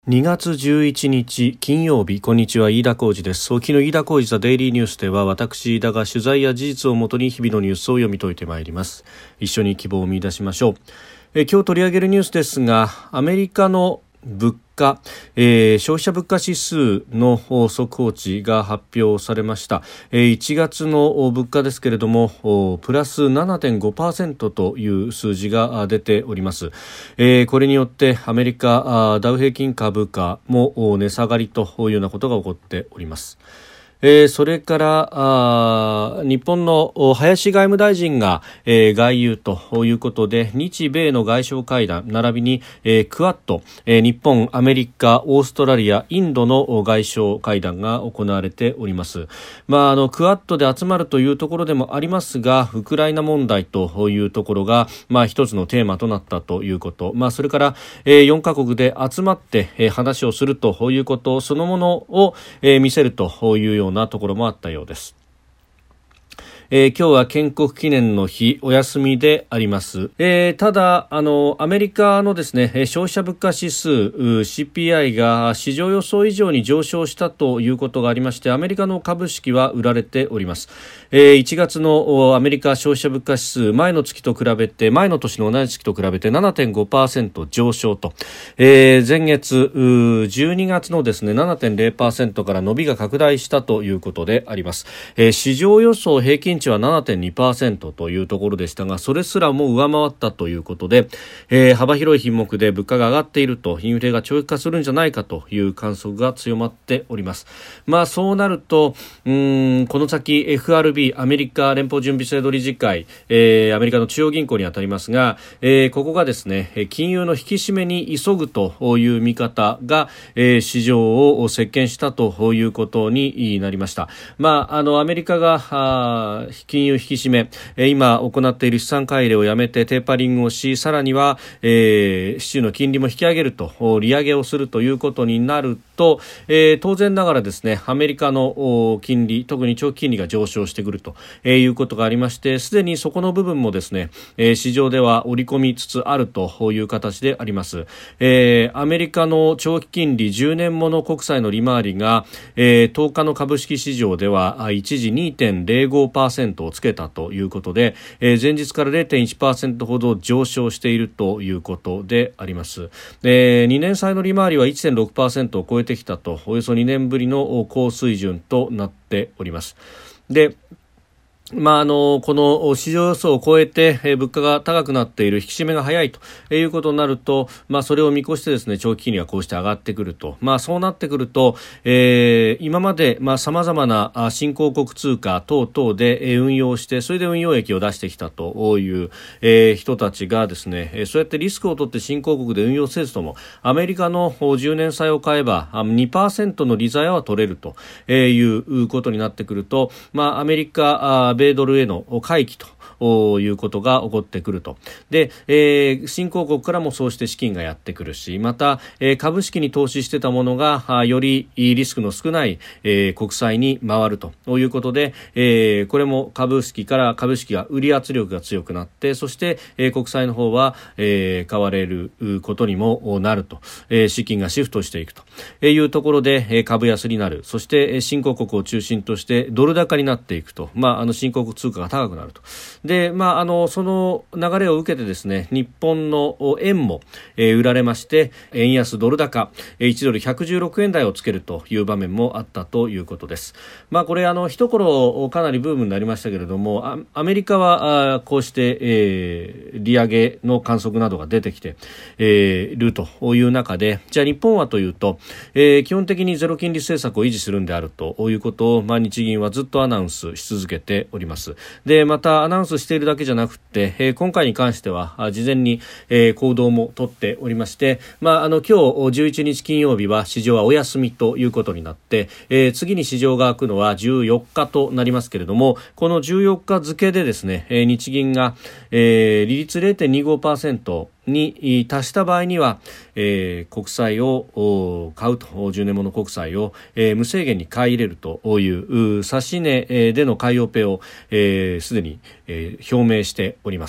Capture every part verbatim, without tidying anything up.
にがつじゅういちにち金曜日、こんにちは、飯田浩司です。昨日飯田浩司ザデイリーニュースでは、私飯田が取材や事実をもとに日々のニュースを読み解いてまいります。一緒に希望を見出しましょう。え今日取り上げるニュースですが、アメリカの物価、えー、消費者物価指数の速報値が発表されました。えー、いちがつの物価ですけれども、プラス ななてんごパーセント という数字が出ております。えー、これによってアメリカダウ平均株価も値下がりというようなことが起こっております。えー、それからあ日本の林外務大臣が、えー、外遊ということで日米の外相会談並びに、えー、クアッド、えー、日本、アメリカ、オーストラリア、インドの外相会談が行われております。まあ、あのクアッドで集まるというところでもありますが、ウクライナ問題というところが、まあ、一つのテーマとなったということ、まあ、それから、えー、よんカ国で集まって、えー、話をするということそのものを、えー、見せるというようななところもあったようです。えー、今日は建国記念の日お休みであります。えー、ただあのアメリカのですね消費者物価指数 シーピーアイ が市場予想以上に上昇したということがありまして、アメリカの株式は売られております。えー、いちがつのアメリカ消費者物価指数、前の月と比べて前の年の同じ月と比べて ななてんごパーセント 上昇と、えー、前月じゅうにがつのですね ななてんゼロパーセント から伸びが拡大したということであります。えー、市場予想平均値は ななてんにパーセント というところでしたが、それすらも上回ったということで、えー、幅広い品目で物価が上がっていると、インフレが長期化するんじゃないかという観測が強まっております。まあそうなるとうーんこの先 エフアールビー アメリカ連邦準備制度理事会、えー、アメリカの中央銀行にあたりますが、えー、ここがですね金融の引き締めに急ぐという見方が、えー、市場を席巻したということになりました。まああのアメリカが金融引き締め、えー、今行っている資産買い入れをやめてテーパリングをし、さらには、えー、市中の金利も引き上げると、利上げをするということになると、えー、当然ながらですねアメリカの金利、特に長期金利が上昇してくると、えー、いうことがありまして、すでにそこの部分もですね、えー、市場では織り込みつつあるという形であります。えー、アメリカの長期金利じゅうねんもの国債の利回りが、えー、とおかの株式市場では一時 にてんゼロごパーセント をつけたということで、えー、前日から ゼロてんいちパーセント ほど上昇しているということであります。えー、にねん債の利回りは いってんろくパーセント を超えてきたと、およそにねんぶりの高水準となっております。でまあ、あのこの市場予想を超えて、えー、物価が高くなっている、引き締めが早いということになると、まあ、それを見越してですね長期金利がこうして上がってくると、まあ、そうなってくると、えー、今までさまざ、まな新興国通貨等々で、えー、運用して、それで運用益を出してきたという、えー、人たちがですね、えー、そうやってリスクを取って新興国で運用せずともアメリカのじゅうねん債を買えば にパーセント の利ざやは取れるということになってくると、まあ、アメリカ米ドルへの回帰ということが起こってくると。で、えー、新興国からもそうして資金がやってくるし、また、えー、株式に投資してたものがよりリスクの少ない、えー、国債に回るということで、えー、これも株式から株式が売り圧力が強くなって、そして、えー、国債の方は、えー、買われることにもなると、えー、資金がシフトしていくというところで、えー、株安になる。そして新興国を中心としてドル高になっていくと、まあ、あの新興国通貨が高くなると。で、まあ、あのその流れを受けてですね、日本の円も、えー、売られまして、円安ドル高、いちドルひゃくじゅうろくえん台をつけるという場面もあったということです。まあ、これあの一頃かなりブームになりましたけれども、ア、アメリカはあこうして、えー、利上げの観測などが出てきて、えー、いるという中で、じゃあ日本はというと、えー、基本的にゼロ金利政策を維持するんであるということを、まあ、日銀はずっとアナウンスし続けております。で、またアナウンスしているだけじゃなくて、えー、今回に関しては事前に、えー、行動も取っておりまして、まあ、あの今日じゅういちにち金曜日は市場はお休みということになって、えー、次に市場が開くのはじゅうよっかとなりますけれども、このじゅうよっか付でですね、えー、日銀が、えー、利率 ゼロてんにごパーセントに達した場合には、えー、国債を買うと、じゅうねんもの国債を、えー、無制限に買い入れるという指値での買いオペをすで、えー、に、えー、表明しております。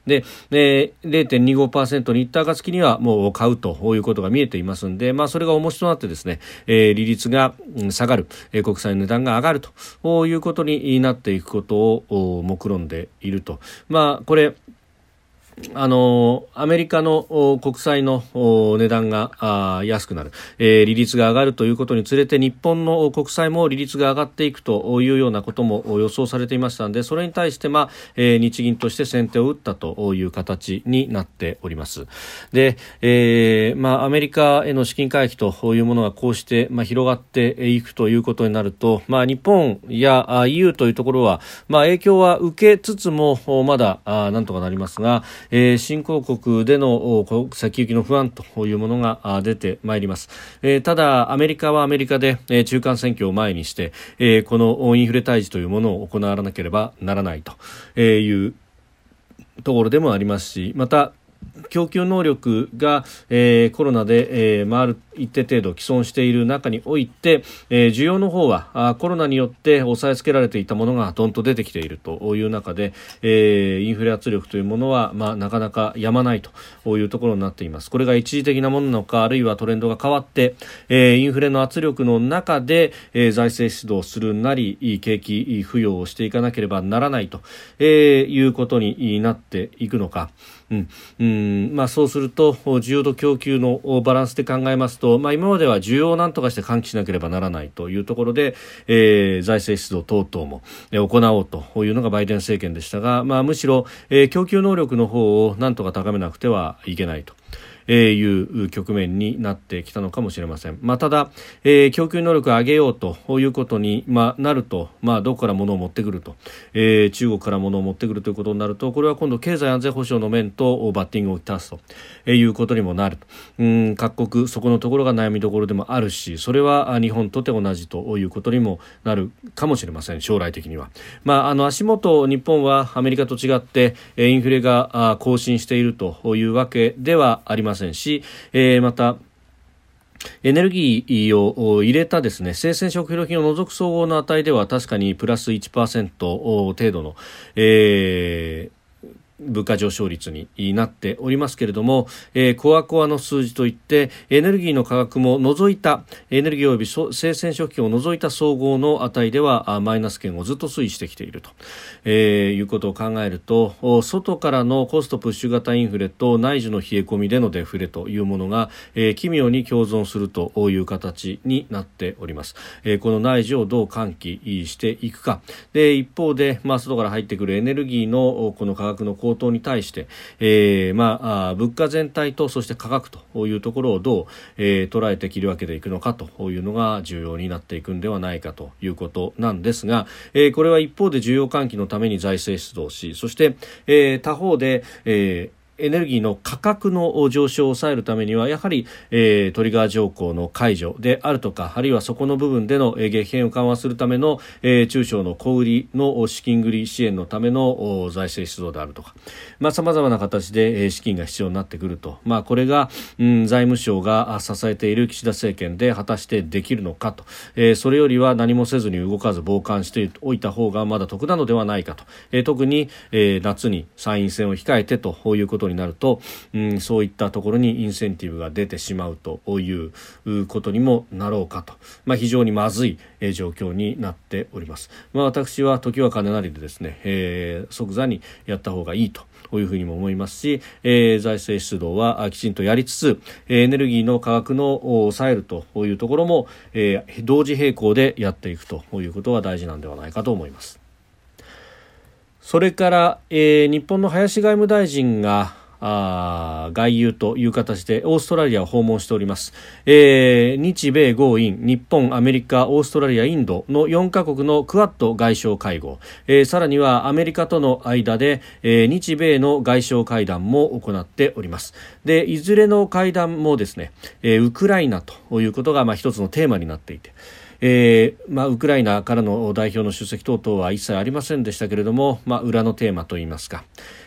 で、えー、ゼロてんにごパーセント にいった暁にはもう買うということが見えていますので、まあ、それが重しとなってですね、えー、利率が下がる、えー、国債の値段が上がるということになっていくことを目論んでいると。まあ、これあのアメリカの国債の値段が安くなる、えー、利率が上がるということにつれて日本の国債も利率が上がっていくというようなことも予想されていましたので、それに対して、まあえー、日銀として先手を打ったという形になっております。で、えーまあ、アメリカへの資金回帰というものがこうして、まあ、広がっていくということになると、まあ、日本や イーユー というところは、まあ、影響は受けつつもまだなんとかなりますが、えー、新興国での先行きの不安というものが出てまいります。えー、ただアメリカはアメリカで、えー、中間選挙を前にして、えー、このインフレ退治というものを行わなければならないというところでもありますし、また供給能力が、えー、コロナで、えーまあ、ある一定程度既存している中において、えー、需要の方はあコロナによって抑えつけられていたものがどんと出てきているという中で、えー、インフレ圧力というものは、まあ、なかなか止まないというところになっています。これが一時的なものなのか、あるいはトレンドが変わって、えー、インフレの圧力の中で、えー、財政出動するなり景気浮揚をしていかなければならないと、えー、いうことになっていくのか。うんうんまあ、そうすると需要と供給のバランスで考えますと、まあ、今までは需要を何とかして喚起しなければならないというところで、えー、財政出動等々も行おうというのがバイデン政権でしたが、まあ、むしろ、えー、供給能力の方を何とか高めなくてはいけないとえー、いう局面になってきたのかもしれません。まあ、ただ、えー、供給能力を上げようということに、まあ、なると、まあ、どこから物を持ってくると、えー、中国から物を持ってくるということになると、これは今度経済安全保障の面とバッティングをいたすということにもなると。うん各国そこのところが悩みどころでもあるし、それは日本とて同じということにもなるかもしれません。将来的には、まあ、あの足元日本はアメリカと違ってインフレが更新しているというわけではありませんし、えー、またエネルギーを入れたですね、生鮮食品を除く総合の値では確かにプラス いちパーセント 程度の、えー物価上昇率になっておりますけれども、えー、コアコアの数字といってエネルギーの価格も除いたエネルギー及び生鮮食品を除いた総合の値ではマイナス圏をずっと推移してきていると、えー、いうことを考えると、外からのコストプッシュ型インフレと内需の冷え込みでのデフレというものが、えー、奇妙に共存するという形になっております。えー、この内需をどう喚起していくかで、一方で、まあ、外から入ってくるエネルギーのこの価格の高騰に対して、えーまあ、あ物価全体とそして価格というところをどう、えー、捉えて切り分けていくのかというのが重要になっていくんではないかということなんですが、えー、これは一方で需要喚起のために財政出動し、そして、えー、他方で、えーエネルギーの価格の上昇を抑えるためにはやはり、えー、トリガー条項の解除であるとか、あるいはそこの部分での激変を緩和するための、えー、中小の小売りの資金繰り支援のための財政出動であるとか、まあ、様々な形で資金が必要になってくると、まあ、これが、うん、財務省が支えている岸田政権で果たしてできるのかと、えー、それよりは何もせずに動かず傍観しておいた方がまだ得なのではないかと、えー、特に、えー、夏に参院選を控えてということになると、うん、そういったところにインセンティブが出てしまうということにもなろうかと、まあ、非常にまずい状況になっております。まあ、私は時は金なりでですね、えー、即座にやった方がいいとこういうふうにも思いますし、えー、財政出動はきちんとやりつつ、エネルギーの価格の抑えるというところも、えー、同時並行でやっていくということは大事なんではないかと思います。それから、えー、日本の林外務大臣があ外遊という形でオーストラリアを訪問しております。えー、日米豪印、日本、アメリカ、オーストラリア、インドのよんカ国のクアッド外相会合、えー、さらにはアメリカとの間で、えー、日米の外相会談も行っております。で、いずれの会談もですね、えー、ウクライナということがまあ一つのテーマになっていて、えーまあ、ウクライナからの代表の出席等々は一切ありませんでしたけれども、まあ、裏のテーマといいますか、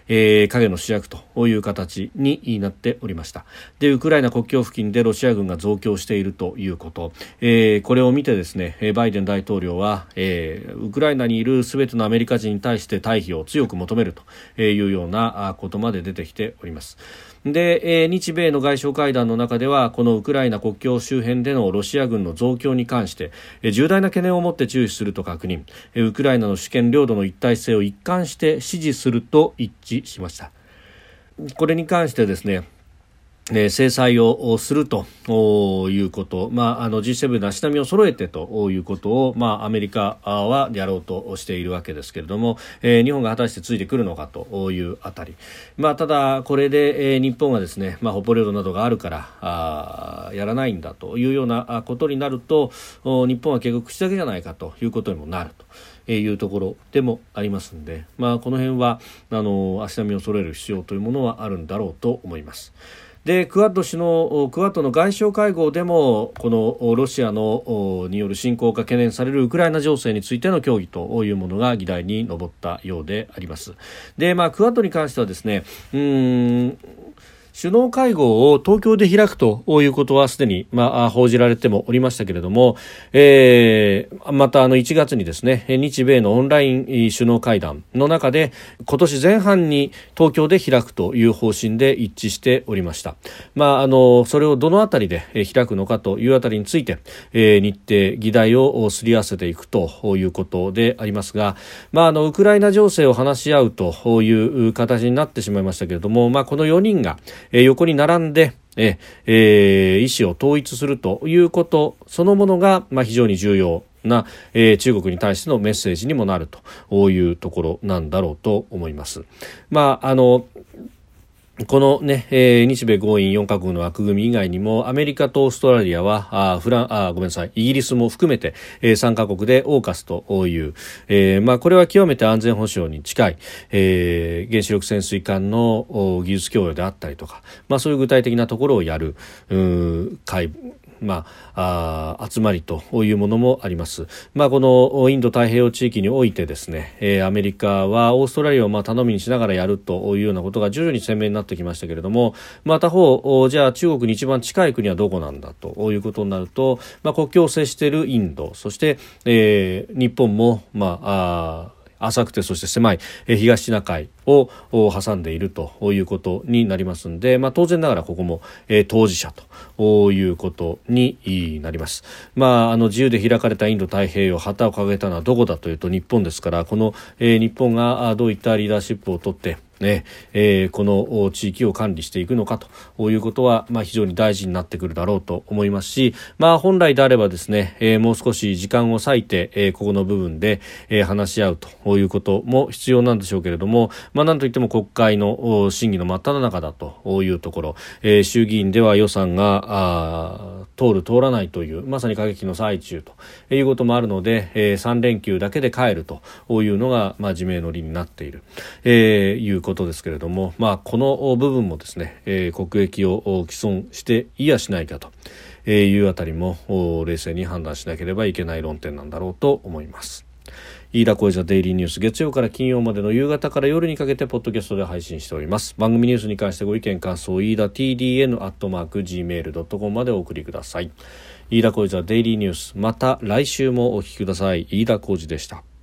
えー、影の主役という形になっておりました。で、ウクライナ国境付近でロシア軍が増強しているということ、えー、これを見てですね、バイデン大統領は、えー、ウクライナにいるすべてのアメリカ人に対して退避を強く求めるというようなことまで出てきております。で、日米の外相会談の中ではこのウクライナ国境周辺でのロシア軍の増強に関して重大な懸念を持って注視すると確認、ウクライナの主権領土の一体性を一貫して支持すると一致しました。これに関してですね、制裁をするということ、まあ、あの ジーセブン の足並みを揃えてということを、まあ、アメリカはやろうとしているわけですけれども、えー、日本が果たしてついてくるのかというあたり、まあ、ただこれで、えー、日本はですね、まあ、北方領土などがあるからあやらないんだというようなことになると、日本は結局口だけじゃないかということにもなるというところでもありますので、まあ、この辺はあの足並みを揃える必要というものはあるんだろうと思います。で、クアッド首脳、クアッドの外相会合でもこのロシアのによる侵攻が懸念されるウクライナ情勢についての協議というものが議題に上ったようであります。で、まあ、クアッドに関してはですね、うーん首脳会合を東京で開くということはすでに、まあ、報じられてもおりましたけれども、えー、またあのいちがつにですね、日米のオンライン首脳会談の中で今年前半に東京で開くという方針で一致しておりました。まあ、あのそれをどのあたりで開くのかというあたりについて、えー、日程議題をすり合わせていくということでありますが、まあ、あのウクライナ情勢を話し合うという形になってしまいましたけれども、まあ、このよにんがえー、横に並んで、えー、意思を統一するということそのものが、まあ、非常に重要な、えー、中国に対してのメッセージにもなるというところなんだろうと思います。まあ、あのこのね、えー、日米豪印よんカ国の枠組み以外にもアメリカとオーストラリアはあフランあごめんなさいイギリスも含めて、えー、さんカ国でオーカスという、えーまあ、これは極めて安全保障に近い、えー、原子力潜水艦の技術供与であったりとか、まあ、そういう具体的なところをやるう会まあ、あ集まりというものもあります。まあ、このインド太平洋地域においてですね、えー、アメリカはオーストラリアをまあ頼みにしながらやるというようなことが徐々に鮮明になってきましたけれども、まあ、他方じゃあ中国に一番近い国はどこなんだということになると、まあ、国境を接しているインド、そして、えー、日本もまああ浅くてそして狭い東シナ海を挟んでいるということになりますので、まあ、当然ながらここも当事者ということになります。まあ、あの自由で開かれたインド太平洋旗を掲げたのはどこだというと日本ですから、この日本がどういったリーダーシップを取ってねえー、この地域を管理していくのかということは、まあ、非常に大事になってくるだろうと思いますし、まあ、本来であればですね、えー、もう少し時間を割いて、えー、ここの部分で、えー、話し合うということも必要なんでしょうけれども、まあ、なんといっても国会の審議の真っ只中だというところ、えー、衆議院では予算があ通る通らないというまさに過激の最中ということもあるので、えー、さん連休だけで帰るというのが、まあ、自明の理になっている、えー、いうことですけれども、まあ、この部分もですね、えー、国益を毀損していやしないかというあたりも冷静に判断しなければいけない論点なんだろうと思います。飯田浩司のデイリーニュース、月曜から金曜までの夕方から夜にかけてポッドキャストで配信しております。番組ニュースに関してご意見感想、飯田 ティーディーエヌ アットマーク ジーメール ドットコム までお送りください。飯田浩司のデイリーニュース、また来週もお聞きください。飯田浩司でした。